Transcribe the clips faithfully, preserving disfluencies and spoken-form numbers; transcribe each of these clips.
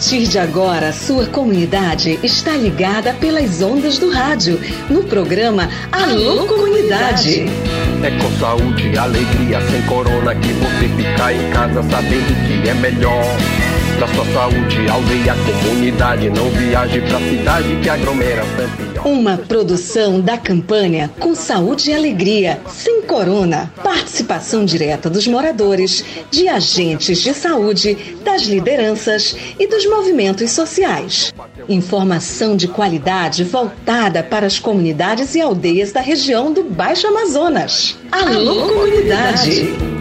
partir de agora, sua comunidade está ligada pelas ondas do rádio, no programa Alô Comunidade. É com saúde e alegria, sem corona, que você fica em casa sabendo que é melhor. Pra sua saúde, aldeia, comunidade, não viaje pra cidade que aglomera sempre. Uma produção da campanha Com Saúde e Alegria, sem corona. Participação direta dos moradores, de agentes de saúde, das lideranças e dos movimentos sociais. Informação de qualidade voltada para as comunidades e aldeias da região do Baixo Amazonas. Alô, Alô comunidade! comunidade.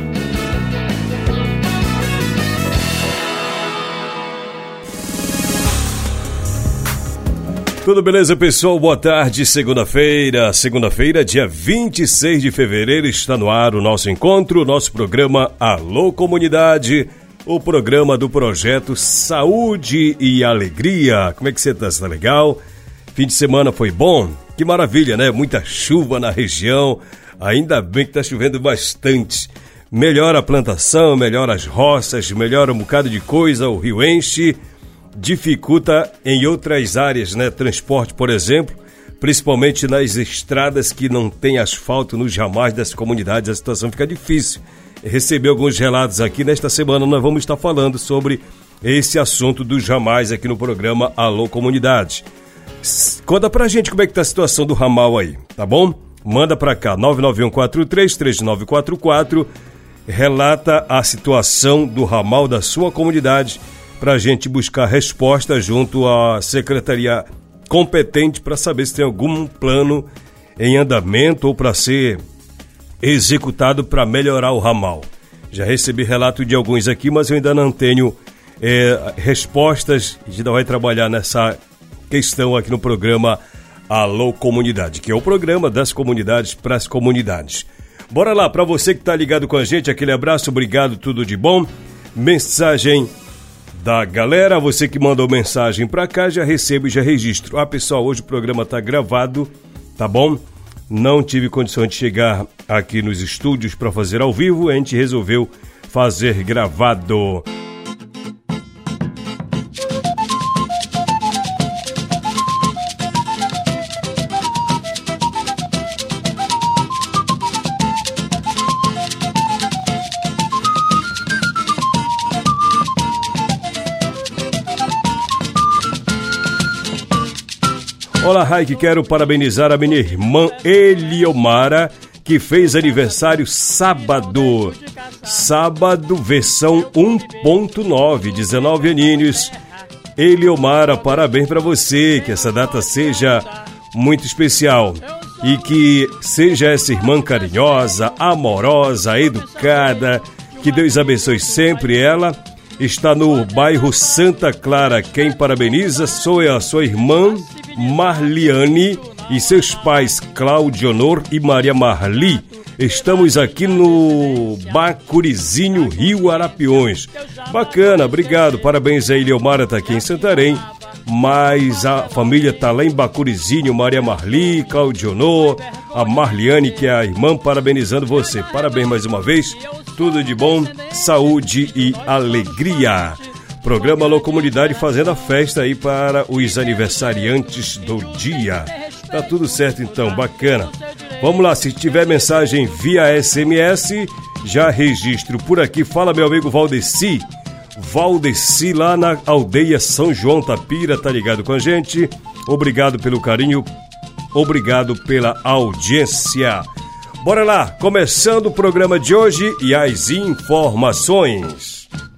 Tudo beleza, pessoal? Boa tarde, segunda-feira. Segunda-feira, dia vinte e seis de fevereiro, está no ar o nosso encontro, o nosso programa Alô Comunidade, o programa do projeto Saúde e Alegria. Como é que você tá? Você tá legal? Fim de semana foi bom? Que maravilha, né? Muita chuva na região, ainda bem que tá chovendo bastante. Melhora a plantação, melhora as roças, melhora um bocado de coisa, o rio enche. Dificulta em outras áreas, né? Transporte, por exemplo, principalmente nas estradas que não tem asfalto nos ramais das comunidades, a situação fica difícil. Recebi alguns relatos aqui, nesta semana nós vamos estar falando sobre esse assunto dos ramais aqui no programa Alô Comunidade. Conta pra gente como é que tá a situação do ramal aí, tá bom? Manda pra cá, nove nove um quatro três três nove quatro quatro, relata a situação do ramal da sua comunidade, para a gente buscar resposta junto à secretaria competente para saber se tem algum plano em andamento ou para ser executado para melhorar o ramal. Já recebi relato de alguns aqui, mas eu ainda não tenho é, respostas. A gente ainda vai trabalhar nessa questão aqui no programa Alô Comunidade, que é o programa das comunidades para as comunidades. Bora lá, para você que está ligado com a gente, aquele abraço, obrigado, tudo de bom. Mensagem da galera, você que mandou mensagem pra cá, já recebo e já registro. Ah, pessoal, hoje o programa tá gravado, tá bom? Não tive condição de chegar aqui nos estúdios para fazer ao vivo, a gente resolveu fazer gravado. Olá, Raik, quero parabenizar a minha irmã Eliomara, que fez aniversário sábado. Sábado, versão um ponto nove, dezenove aninhos. Eliomara, parabéns para você, que essa data seja muito especial e que seja essa irmã carinhosa, amorosa, educada, que Deus abençoe sempre ela. Está no bairro Santa Clara. Quem parabeniza sou a sua irmã Marliane e seus pais Cláudio Honor e Maria Marli. Estamos aqui no Bacurizinho, Rio Arapiões. Bacana, obrigado, parabéns a Eliomara, tá aqui em Santarém, mas a família tá lá em Bacurizinho, Maria Marli, Cláudio Honor, a Marliane, que é a irmã, parabenizando você. Parabéns mais uma vez, tudo de bom, saúde e alegria. Programa Alô Comunidade fazendo a festa aí para os aniversariantes do dia. Tá tudo certo então, bacana. Vamos lá, se tiver mensagem via S M S, já registro por aqui. Fala, meu amigo Valdeci. Valdeci lá na aldeia São João Tapira, tá ligado com a gente? Obrigado pelo carinho, obrigado pela audiência. Bora lá, começando o programa de hoje e as informações.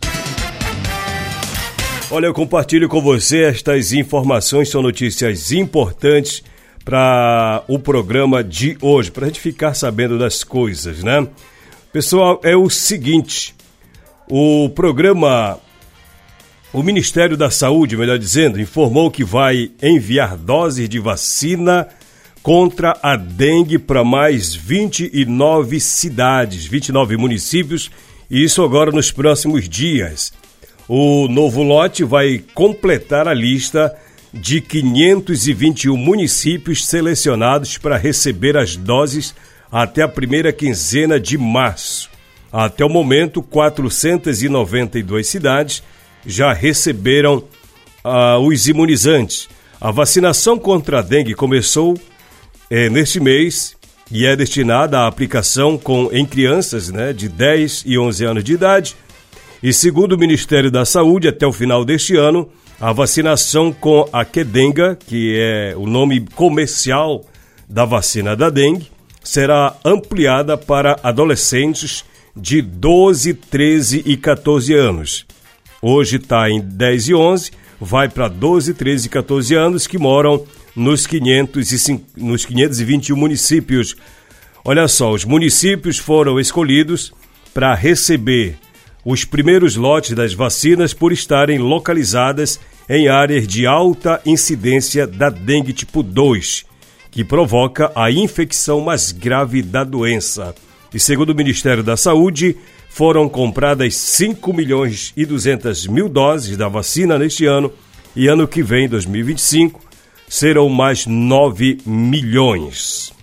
Olha, eu compartilho com você estas informações, são notícias importantes para o programa de hoje, para a gente ficar sabendo das coisas, né? Pessoal, é o seguinte, o programa, o Ministério da Saúde, melhor dizendo, informou que vai enviar doses de vacina contra a dengue para mais vinte e nove cidades, vinte e nove municípios, e isso agora nos próximos dias. O novo lote vai completar a lista de quinhentos e vinte e um municípios selecionados para receber as doses até a primeira quinzena de março. Até o momento, quatrocentas e noventa e duas cidades já receberam ah, os imunizantes. A vacinação contra a dengue começou é, neste mês e é destinada à aplicação com, em crianças, né, de dez e onze anos de idade. E segundo o Ministério da Saúde, até o final deste ano, a vacinação com a Qdenga, que é o nome comercial da vacina da dengue, será ampliada para adolescentes de doze, treze e catorze anos. Hoje está em dez e onze, vai para doze, treze e catorze anos que moram nos, quinhentos e cinco, nos quinhentos e vinte e um municípios. Olha só, os municípios foram escolhidos para receber os primeiros lotes das vacinas por estarem localizadas em áreas de alta incidência da dengue tipo dois, que provoca a infecção mais grave da doença. E segundo o Ministério da Saúde, foram compradas cinco milhões e duzentas mil doses da vacina neste ano e ano que vem, dois mil e vinte e cinco, serão mais nove milhões.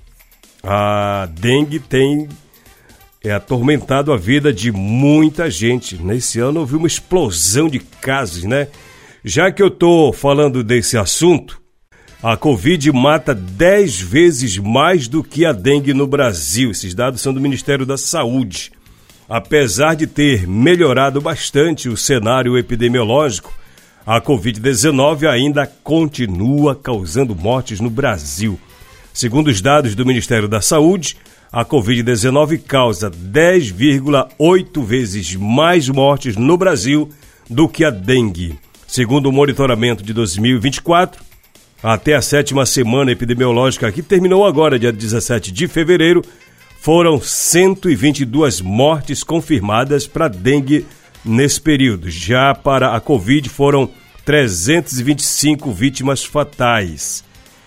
A dengue tem é, atormentado a vida de muita gente. Nesse ano houve uma explosão de casos, né? Já que eu estou falando desse assunto, a Covid mata dez vezes mais do que a dengue no Brasil. Esses dados são do Ministério da Saúde. Apesar de ter melhorado bastante o cenário epidemiológico, a covid dezenove ainda continua causando mortes no Brasil. Segundo os dados do Ministério da Saúde, a covid dezenove causa dez vírgula oito vezes mais mortes no Brasil do que a dengue. Segundo o monitoramento de dois mil e vinte e quatro, até a sétima semana epidemiológica, que terminou agora, dia dezessete de fevereiro, foram cento e vinte e duas mortes confirmadas para dengue nesse período. Já para a Covid foram trezentas e vinte e cinco vítimas fatais.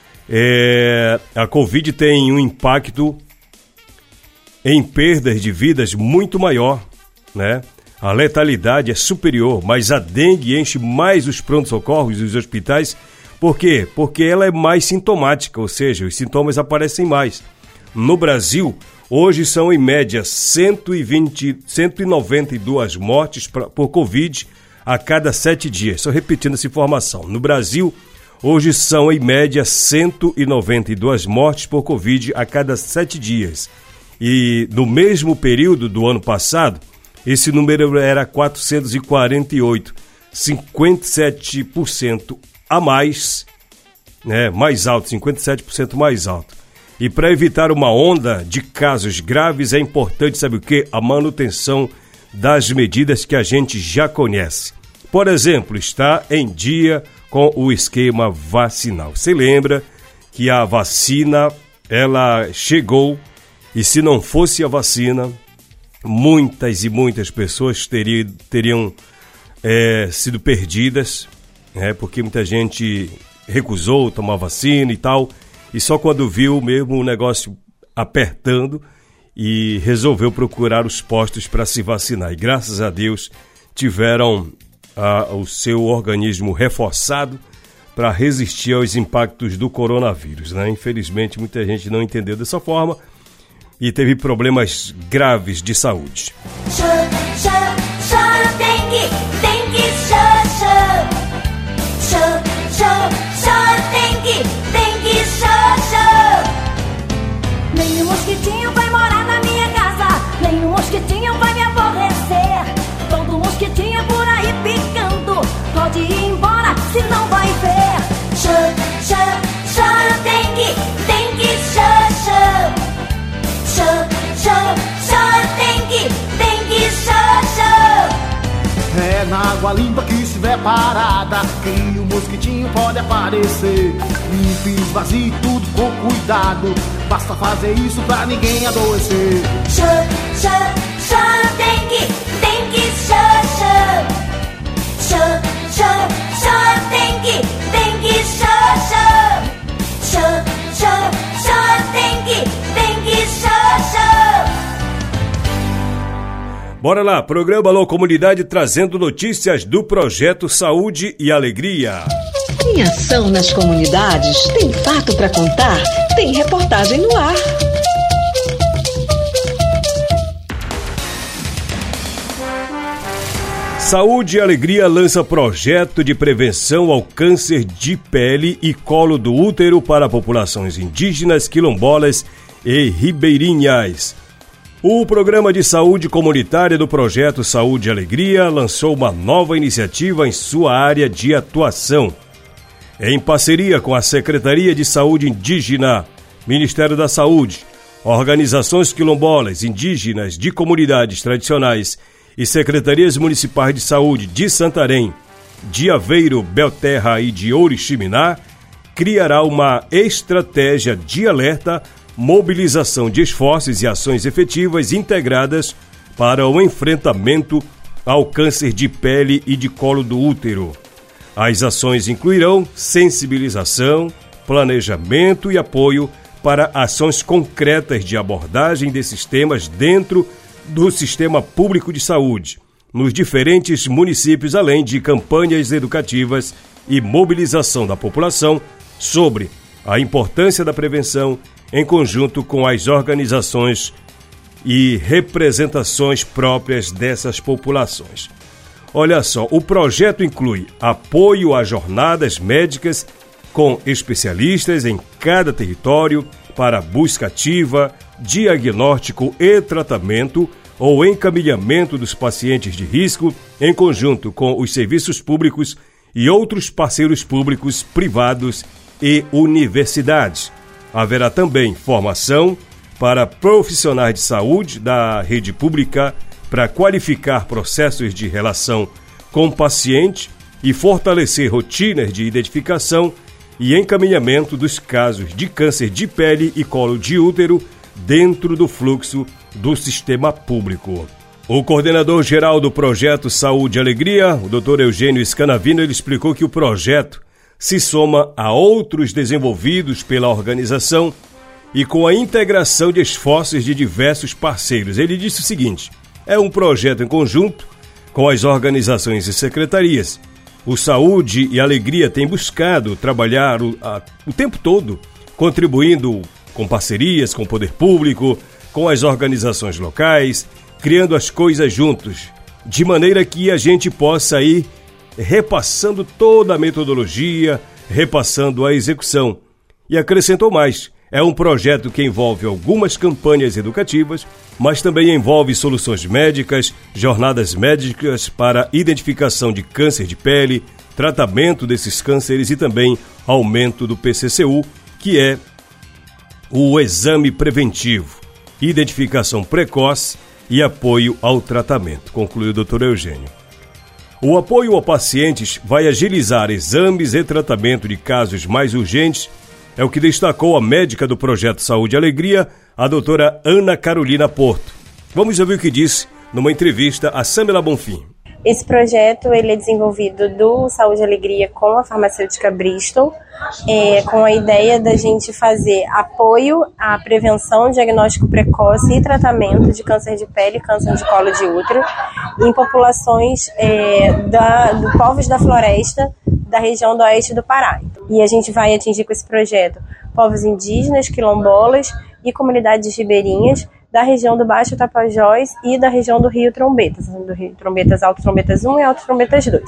É, a Covid tem um impacto em perdas de vidas muito maior, né? A letalidade é superior, mas a dengue enche mais os prontos-socorros e os hospitais. Por quê? Porque ela é mais sintomática, ou seja, os sintomas aparecem mais. No Brasil, hoje são em média cento e vinte, cento e noventa e duas mortes pra, por Covid a cada sete dias. Só repetindo essa informação. No Brasil, hoje são em média cento e noventa e duas mortes por Covid a cada sete dias. E no mesmo período do ano passado, esse número era quatrocentos e quarenta e oito, cinquenta e sete por cento a mais, né, mais alto, cinquenta e sete por cento mais alto. E para evitar uma onda de casos graves é importante, sabe o quê? A manutenção das medidas que a gente já conhece. Por exemplo, está em dia com o esquema vacinal. Você lembra que a vacina, ela chegou e se não fosse a vacina, muitas e muitas pessoas teriam, teriam é, sido perdidas, né, porque muita gente recusou tomar vacina e tal, e só quando viu mesmo o negócio apertando e resolveu procurar os postos para se vacinar. E graças a Deus tiveram a, o seu organismo reforçado para resistir aos impactos do coronavírus, né? Infelizmente muita gente não entendeu dessa forma e teve problemas graves de saúde. Show, show, show, dengue, dengue, show, show. Show, show, show, dengue, dengue, show, show. Nem um mosquitinho vai morar na minha casa, nem um mosquitinho vai me aborrecer. Todo mosquitinho por aí picando, pode ir embora, senão vai ver. Show, show, show, dengue, dengue, show, show. Show, show, show, dengue, dengue, show, show. É na água limpa que estiver parada que o mosquitinho pode aparecer. Limpe, esvazie tudo com cuidado, basta fazer isso pra ninguém adoecer. Show, show, show, dengue, dengue, show, show. Show, show, show, dengue, dengue, show, show. Show, show, show, dengue, dengue, show, show. Bora lá, programa Alô Comunidade trazendo notícias do Projeto Saúde e Alegria. Tem ação nas comunidades, tem fato para contar, tem reportagem no ar. Saúde e Alegria lança projeto de prevenção ao câncer de pele e colo do útero para populações indígenas, quilombolas e ribeirinhas. O Programa de Saúde Comunitária do Projeto Saúde e Alegria lançou uma nova iniciativa em sua área de atuação. Em parceria com a Secretaria de Saúde Indígena, Ministério da Saúde, organizações quilombolas, indígenas, de comunidades tradicionais e secretarias municipais de saúde de Santarém, de Aveiro, Belterra e de Oriximiná, criará uma estratégia de alerta, mobilização de esforços e ações efetivas integradas para o enfrentamento ao câncer de pele e de colo do útero. As ações incluirão sensibilização, planejamento e apoio para ações concretas de abordagem desses temas dentro do Sistema Público de Saúde, nos diferentes municípios, além de campanhas educativas e mobilização da população sobre a importância da prevenção em conjunto com as organizações e representações próprias dessas populações. Olha só, o projeto inclui apoio a jornadas médicas com especialistas em cada território para busca ativa, diagnóstico e tratamento ou encaminhamento dos pacientes de risco em conjunto com os serviços públicos e outros parceiros públicos, privados e universidades. Haverá também formação para profissionais de saúde da rede pública para qualificar processos de relação com o paciente e fortalecer rotinas de identificação e encaminhamento dos casos de câncer de pele e colo de útero dentro do fluxo do sistema público. O coordenador-geral do projeto Saúde e Alegria, o doutor Eugênio Scanavino, ele explicou que o projeto se soma a outros desenvolvidos pela organização e com a integração de esforços de diversos parceiros. Ele disse o seguinte: é um projeto em conjunto com as organizações e secretarias. O Saúde e Alegria tem buscado trabalhar o, a, o tempo todo, contribuindo com parcerias com o poder público, com as organizações locais, criando as coisas juntos, de maneira que a gente possa ir repassando toda a metodologia, repassando a execução. E acrescentou mais: é um projeto que envolve algumas campanhas educativas, mas também envolve soluções médicas, jornadas médicas para identificação de câncer de pele, tratamento desses cânceres e também aumento do P C C U, que é o exame preventivo, identificação precoce e apoio ao tratamento, concluiu o doutor Eugênio. O apoio a pacientes vai agilizar exames e tratamento de casos mais urgentes, é o que destacou a médica do Projeto Saúde e Alegria, a doutora Ana Carolina Porto. Vamos ouvir o que disse numa entrevista a Samela Bonfim. Esse projeto ele é desenvolvido do Saúde e Alegria com a farmacêutica Bristol, é, com a ideia da gente fazer apoio à prevenção, diagnóstico precoce e tratamento de câncer de pele e câncer de colo de útero em populações é, da, do povos da floresta da região do oeste do Pará. E a gente vai atingir com esse projeto povos indígenas, quilombolas e comunidades ribeirinhas da região do Baixo Tapajós e da região do Rio Trombetas, do Rio Trombetas Alto Trombetas um e Alto Trombetas dois.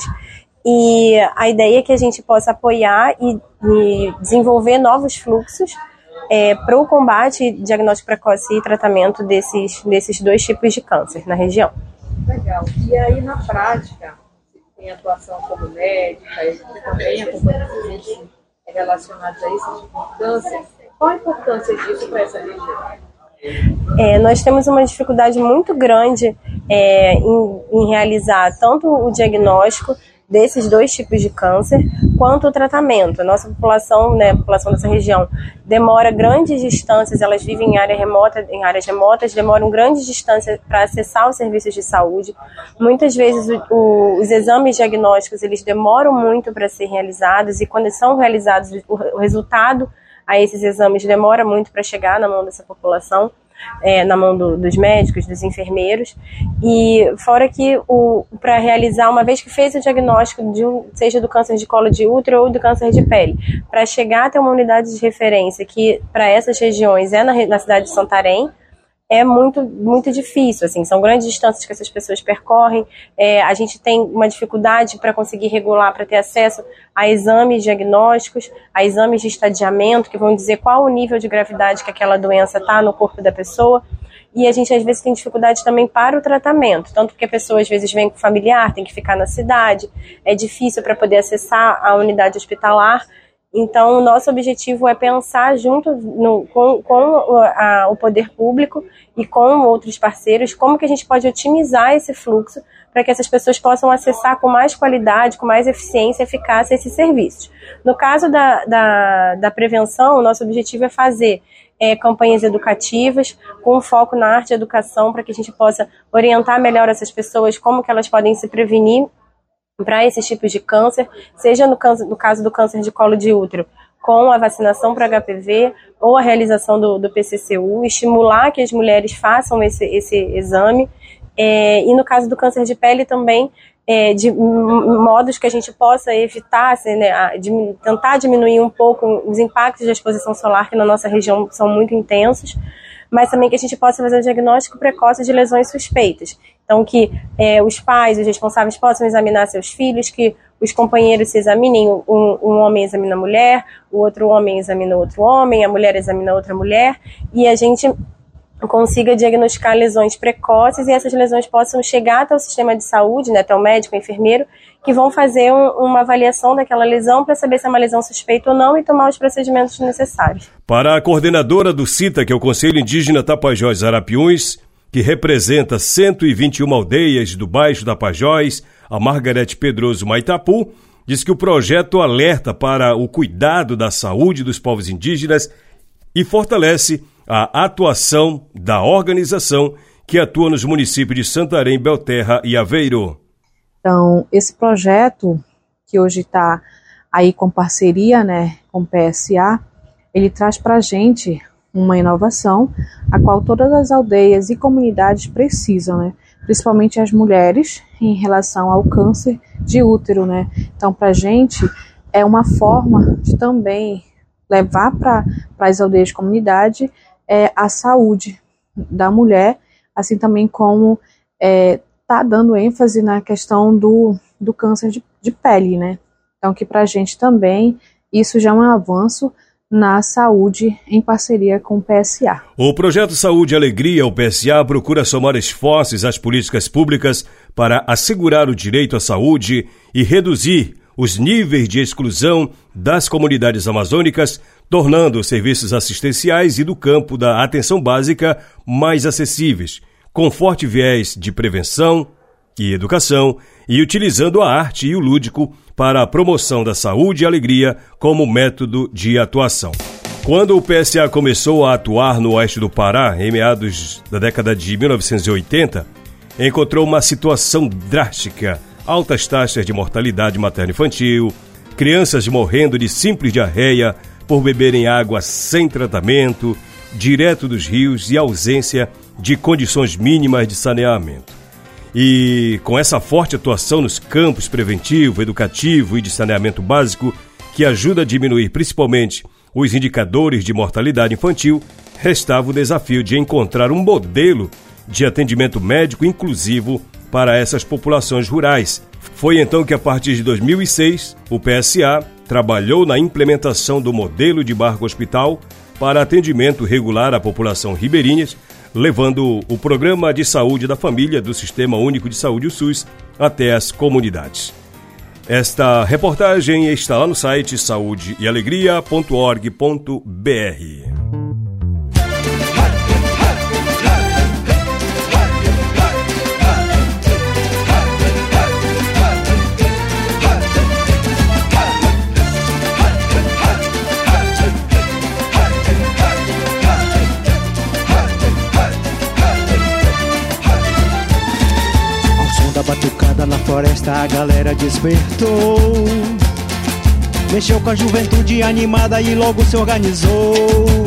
E a ideia é que a gente possa apoiar e, e desenvolver novos fluxos é, para o combate, diagnóstico precoce e tratamento desses, desses dois tipos de câncer na região. Legal. E aí, na prática, tem atuação como médica e também acompanha pacientes relacionados a esse tipo de câncer. Qual a importância disso para essa região? É, nós temos uma dificuldade muito grande é, em, em realizar tanto o diagnóstico desses dois tipos de câncer, quanto o tratamento. A nossa população, né, a população dessa região, demora grandes distâncias, elas vivem em, área remota, em áreas remotas, demoram grandes distâncias para acessar os serviços de saúde. Muitas vezes o, o, os exames diagnósticos eles demoram muito para ser realizados, e quando são realizados, o, o resultado a esses exames demora muito para chegar na mão dessa população, é, na mão do, dos médicos, dos enfermeiros. E fora que para realizar, uma vez que fez o diagnóstico, de um, seja do câncer de colo de útero ou do câncer de pele, para chegar até uma unidade de referência que para essas regiões é na, na cidade de Santarém, é muito, muito difícil, assim, são grandes distâncias que essas pessoas percorrem, é, a gente tem uma dificuldade para conseguir regular, para ter acesso a exames diagnósticos, a exames de estadiamento, que vão dizer qual o nível de gravidade que aquela doença está no corpo da pessoa, e a gente às vezes tem dificuldade também para o tratamento, tanto porque a pessoa às vezes vem com familiar, tem que ficar na cidade, é difícil para poder acessar a unidade hospitalar. Então, o nosso objetivo é pensar junto no, com, com a, o poder público e com outros parceiros como que a gente pode otimizar esse fluxo para que essas pessoas possam acessar com mais qualidade, com mais eficiência e eficácia esses serviços. No caso da, da, da prevenção, o nosso objetivo é fazer é, campanhas educativas com foco na arte e educação para que a gente possa orientar melhor essas pessoas como que elas podem se prevenir para esses tipos de câncer, seja no, câncer, no caso do câncer de colo de útero, com a vacinação para H P V ou a realização do, do P C C U, estimular que as mulheres façam esse, esse exame, é, e no caso do câncer de pele também, é, de modos que a gente possa evitar, assim, né, a, de, tentar diminuir um pouco os impactos da exposição solar, que na nossa região são muito intensos, mas também que a gente possa fazer o diagnóstico precoce de lesões suspeitas. Então, que é, os pais, os responsáveis possam examinar seus filhos, que os companheiros se examinem, um, um homem examina a mulher, o outro homem examina outro homem, a mulher examina outra mulher, e a gente consiga diagnosticar lesões precoces e essas lesões possam chegar até o sistema de saúde, né, até o médico, o enfermeiro, que vão fazer um, uma avaliação daquela lesão para saber se é uma lesão suspeita ou não e tomar os procedimentos necessários. Para a coordenadora do CITA, que é o Conselho Indígena Tapajós Arapiuns, que representa cento e vinte e uma aldeias do Baixo Tapajós, a Margarete Pedroso Maitapu, diz que o projeto alerta para o cuidado da saúde dos povos indígenas e fortalece a atuação da organização que atua nos municípios de Santarém, Belterra e Aveiro. Então, esse projeto, que hoje está aí com parceria, né, com o P S A, ele traz para a gente uma inovação, a qual todas as aldeias e comunidades precisam, né? Principalmente as mulheres, em relação ao câncer de útero, né? Então, para a gente, é uma forma de também levar para as aldeias e comunidade é, a saúde da mulher, assim também como é, tá dando ênfase na questão do, do câncer de, de pele, né? Então, que para a gente também, isso já é um avanço na saúde em parceria com o P S A. O Projeto Saúde e Alegria, o P S A, procura somar esforços às políticas públicas para assegurar o direito à saúde e reduzir os níveis de exclusão das comunidades amazônicas, tornando os serviços assistenciais e do campo da atenção básica mais acessíveis, com forte viés de prevenção e educação e utilizando a arte e o lúdico para a promoção da saúde e alegria como método de atuação. Quando o P S A começou a atuar no oeste do Pará, em meados da década de mil novecentos e oitenta, encontrou uma situação drástica, altas taxas de mortalidade materno-infantil, crianças morrendo de simples diarreia por beberem água sem tratamento, direto dos rios e ausência de condições mínimas de saneamento. E com essa forte atuação nos campos preventivo, educativo e de saneamento básico, que ajuda a diminuir principalmente os indicadores de mortalidade infantil, restava o desafio de encontrar um modelo de atendimento médico inclusivo para essas populações rurais. Foi então que, a partir de dois mil e seis, o P S A trabalhou na implementação do modelo de barco-hospital para atendimento regular à população ribeirinha, levando o Programa de Saúde da Família do Sistema Único de Saúde, o SUS, até as comunidades. Esta reportagem está lá no site saúde e alegria ponto org ponto br. Batucada na floresta, a galera despertou. Mexeu com a juventude animada e logo se organizou.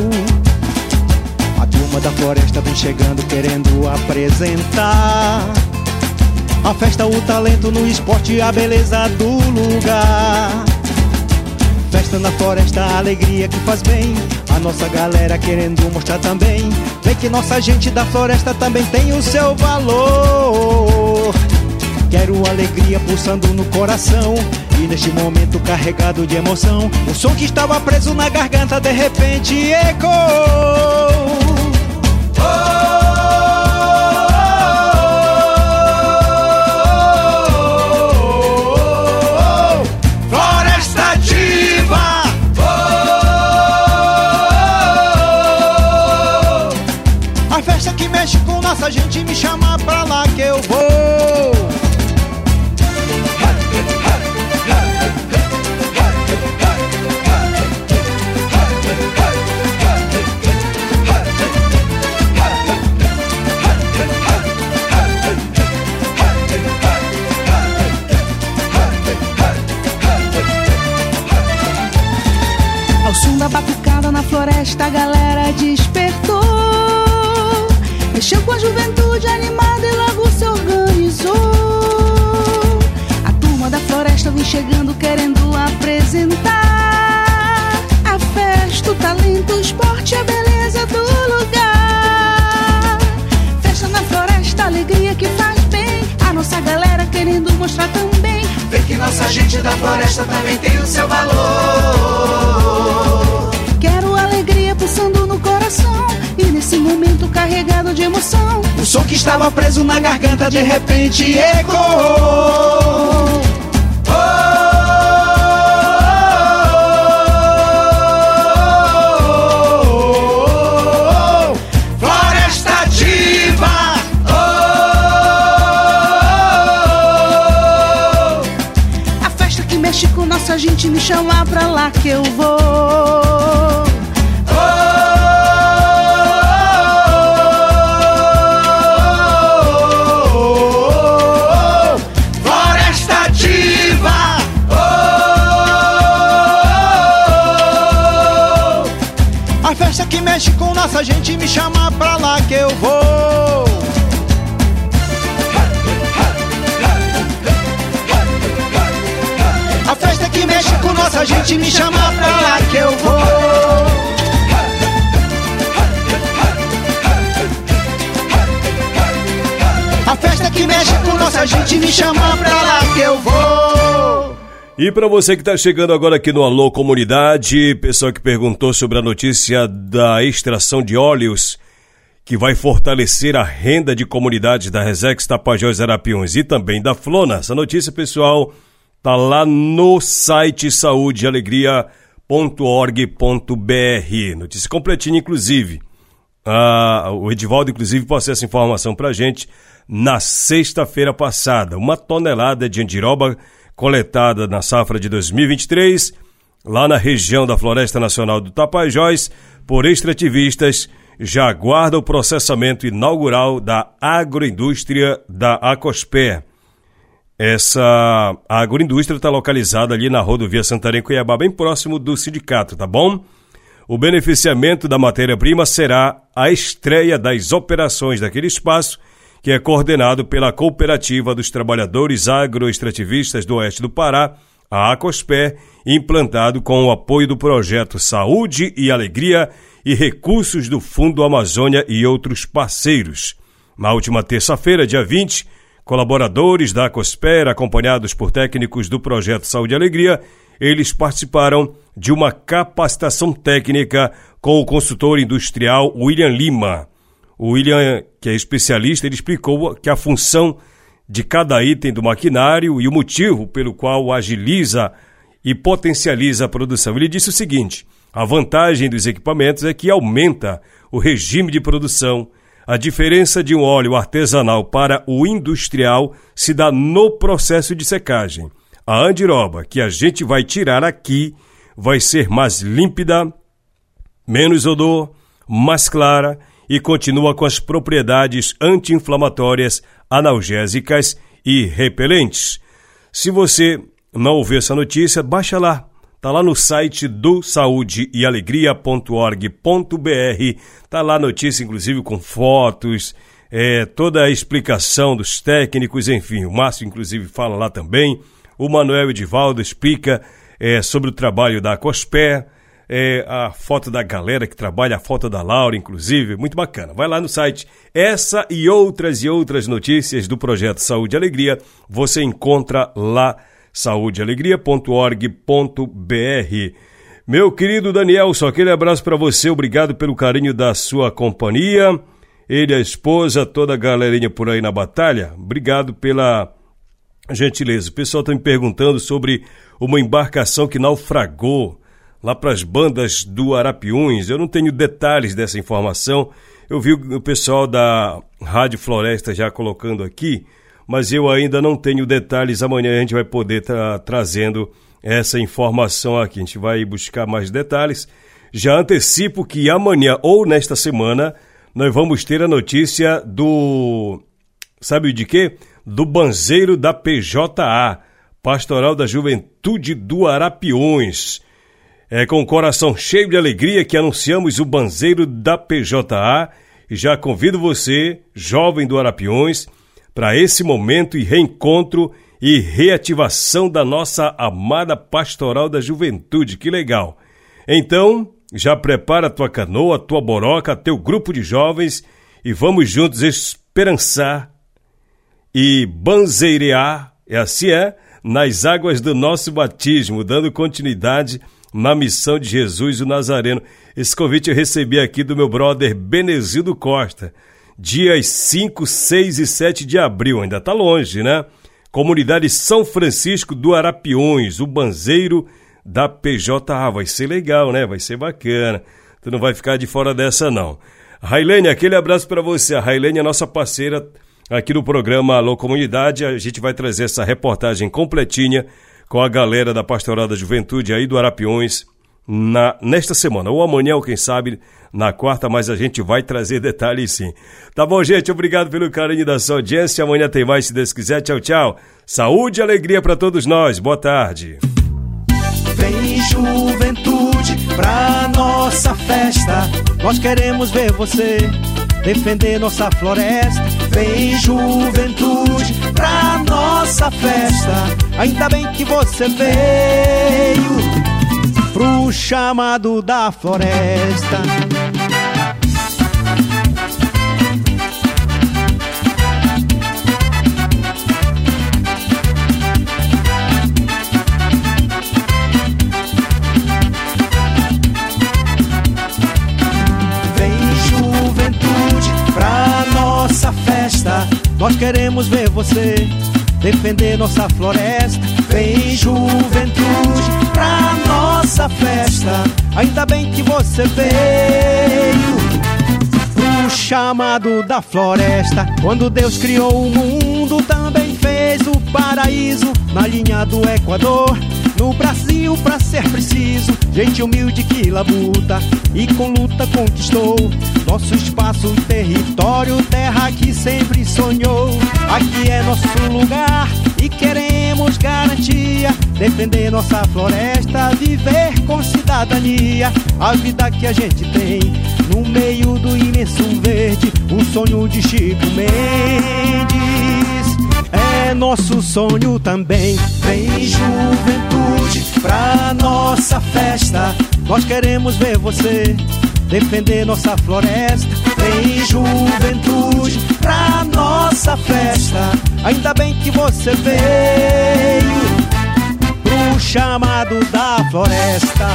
A turma da floresta vem chegando querendo apresentar a festa, o talento no esporte, a beleza do lugar. Festa Festa na floresta, a alegria que faz bem. A nossa galera querendo mostrar também. Vê que nossa gente da floresta também tem o seu valor. Quero alegria pulsando no coração. E neste momento carregado de emoção, o som que estava preso na garganta de repente ecoou. Nossa gente, me chama pra lá que eu vou. Ao som da batucada na floresta, a galera despertou. Mexeu com a juventude animada e logo se organizou. A turma da floresta vem chegando querendo apresentar a festa, o talento, o esporte, a beleza do lugar. Festa na floresta, alegria que faz bem. A nossa galera querendo mostrar também. Vê que nossa gente da floresta também tem o seu valor. Quero alegria pulsando no coração. E nesse momento carregado de emoção, o som que estava preso na garganta de repente ecoou. Oh, oh, oh, oh, Floresta Diva. Oh, oh, oh, a festa que mexe com nossa gente, me chama pra lá que eu vou. Que mexe com nossa gente, me chama pra lá que eu vou. A festa que mexe com nossa gente, me chama pra lá que eu vou. A festa que mexe com nossa gente, me chama pra lá que eu vou. E para você que está chegando agora aqui no Alô Comunidade, pessoal que perguntou sobre a notícia da extração de óleos, que vai fortalecer a renda de comunidades da Resex, Tapajós, Arapiuns e também da Flona. Essa notícia, pessoal, tá lá no site saúde e alegria ponto org ponto br. Notícia completinha, inclusive. Ah, o Edivaldo, inclusive, passou essa informação para a gente na sexta-feira passada. Uma tonelada de andiroba coletada na safra de dois mil e vinte e três, lá na região da Floresta Nacional do Tapajós, por extrativistas, já aguarda o processamento inaugural da agroindústria da Acospé. Essa agroindústria está localizada ali na rodovia Santarém-Cuiabá, bem próximo do sindicato, tá bom? O beneficiamento da matéria-prima será a estreia das operações daquele espaço, que é coordenado pela Cooperativa dos Trabalhadores Agroextrativistas do Oeste do Pará, a Acospé, implantado com o apoio do projeto Saúde e Alegria e recursos do Fundo Amazônia e outros parceiros. Na última terça-feira, dia vinte, colaboradores da Acospé, acompanhados por técnicos do projeto Saúde e Alegria, eles participaram de uma capacitação técnica com o consultor industrial William Lima. O William, que é especialista, ele explicou que a função de cada item do maquinário e o motivo pelo qual agiliza e potencializa a produção. Ele disse o seguinte: a vantagem dos equipamentos é que aumenta o regime de produção. A diferença de um óleo artesanal para o industrial se dá no processo de secagem. A andiroba que a gente vai tirar aqui vai ser mais límpida, menos odor, mais clara e continua com as propriedades anti-inflamatórias, analgésicas e repelentes. Se você não ouviu essa notícia, baixa lá. Está lá no site do saúde e alegria ponto org ponto br. Está lá a notícia, inclusive, com fotos, é, toda a explicação dos técnicos, enfim. O Márcio, inclusive, fala lá também. O Manuel Edivaldo explica é, sobre o trabalho da Cospé, é, a foto da galera que trabalha, a foto da Laura, inclusive, muito bacana. Vai lá no site, essa e outras e outras notícias do projeto Saúde e Alegria, você encontra lá, saúde alegria ponto org ponto br. Meu querido Daniel, só aquele abraço para você, obrigado pelo carinho da sua companhia, ele, a esposa, toda a galerinha por aí na batalha, obrigado pela gentileza. O pessoal está me perguntando sobre uma embarcação que naufragou lá para as bandas do Arapiuns. Eu não tenho detalhes dessa informação. Eu vi o pessoal da Rádio Floresta já colocando aqui, mas eu ainda não tenho detalhes. Amanhã a gente vai poder estar tá trazendo essa informação aqui. A gente vai buscar mais detalhes. Já antecipo que amanhã ou nesta semana nós vamos ter a notícia do... Sabe de quê? Do banzeiro da P J A, Pastoral da Juventude do Arapiuns. É com o coração cheio de alegria que anunciamos o banzeiro da P J A e já convido você, jovem do Arapiuns, para esse momento e reencontro e reativação da nossa amada Pastoral da Juventude. Que legal! Então, já prepara a tua canoa, a tua boroca, teu grupo de jovens e vamos juntos esperançar e banzeirear, é assim é, nas águas do nosso batismo, dando continuidade na missão de Jesus o Nazareno. Esse convite eu recebi aqui do meu brother Benezildo Costa, dias cinco, seis e sete de abril, ainda tá longe, né? Comunidade São Francisco do Arapiuns, o banzeiro da P J A, vai ser legal, né? Vai ser bacana, tu não vai ficar de fora dessa não. Railene, aquele abraço para você, a Railene é nossa parceira aqui no programa Alô Comunidade, a gente vai trazer essa reportagem completinha com a galera da Pastoral da Juventude aí do Arapiuns na, nesta semana, ou amanhã, ou quem sabe na quarta, mas a gente vai trazer detalhes sim. Tá bom, gente? Obrigado pelo carinho da sua audiência. Amanhã tem mais, se Deus quiser. Tchau, tchau. Saúde e alegria para todos nós. Boa tarde. Vem juventude pra nossa festa, nós queremos ver você defender nossa floresta. Vem juventude pra nossa festa, ainda bem que você veio pro chamado da floresta. Nós queremos ver você defender nossa floresta. Vem juventude pra nossa festa, ainda bem que você veio pro chamado da floresta. Quando Deus criou o mundo, também fez o paraíso na linha do Equador. No Brasil, pra ser preciso, gente humilde que labuta e com luta conquistou nosso espaço, território, terra que sempre sonhou. Aqui é nosso lugar e queremos garantia, defender nossa floresta, viver com cidadania. A vida que a gente tem no meio do imenso verde, o sonho de Chico Mendes é nosso sonho também. Vem juventude pra nossa festa, nós queremos ver você defender nossa floresta. Vem juventude pra nossa festa, ainda bem que você veio pro chamado da floresta.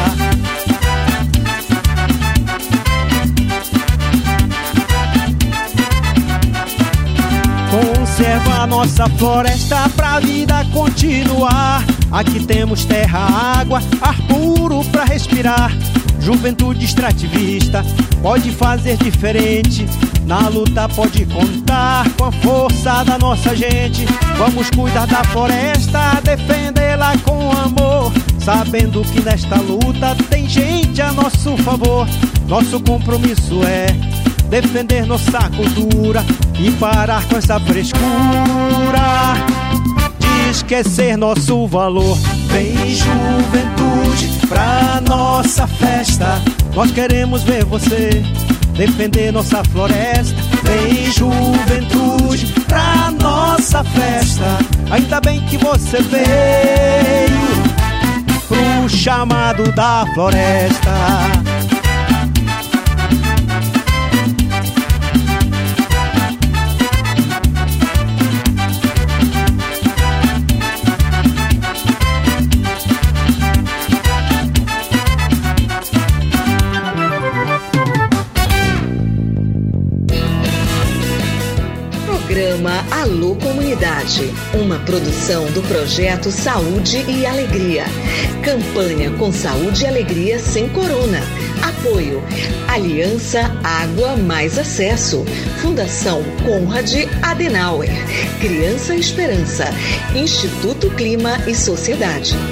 Conserva a nossa floresta pra vida continuar. Aqui temos terra, água, ar puro pra respirar. Juventude extrativista pode fazer diferente, na luta pode contar com a força da nossa gente. Vamos cuidar da floresta, defendê-la com amor, sabendo que nesta luta tem gente a nosso favor. Nosso compromisso é defender nossa cultura e parar com essa frescura de esquecer nosso valor. Vem juventude pra nossa festa, nós queremos ver você defender nossa floresta. Vem juventude pra nossa festa, ainda bem que você veio pro chamado da floresta. Programa Alô Comunidade, uma produção do projeto Saúde e Alegria. Campanha com Saúde e Alegria sem Corona. Apoio: Aliança Água Mais Acesso, Fundação Konrad Adenauer, Criança Esperança, Instituto Clima e Sociedade.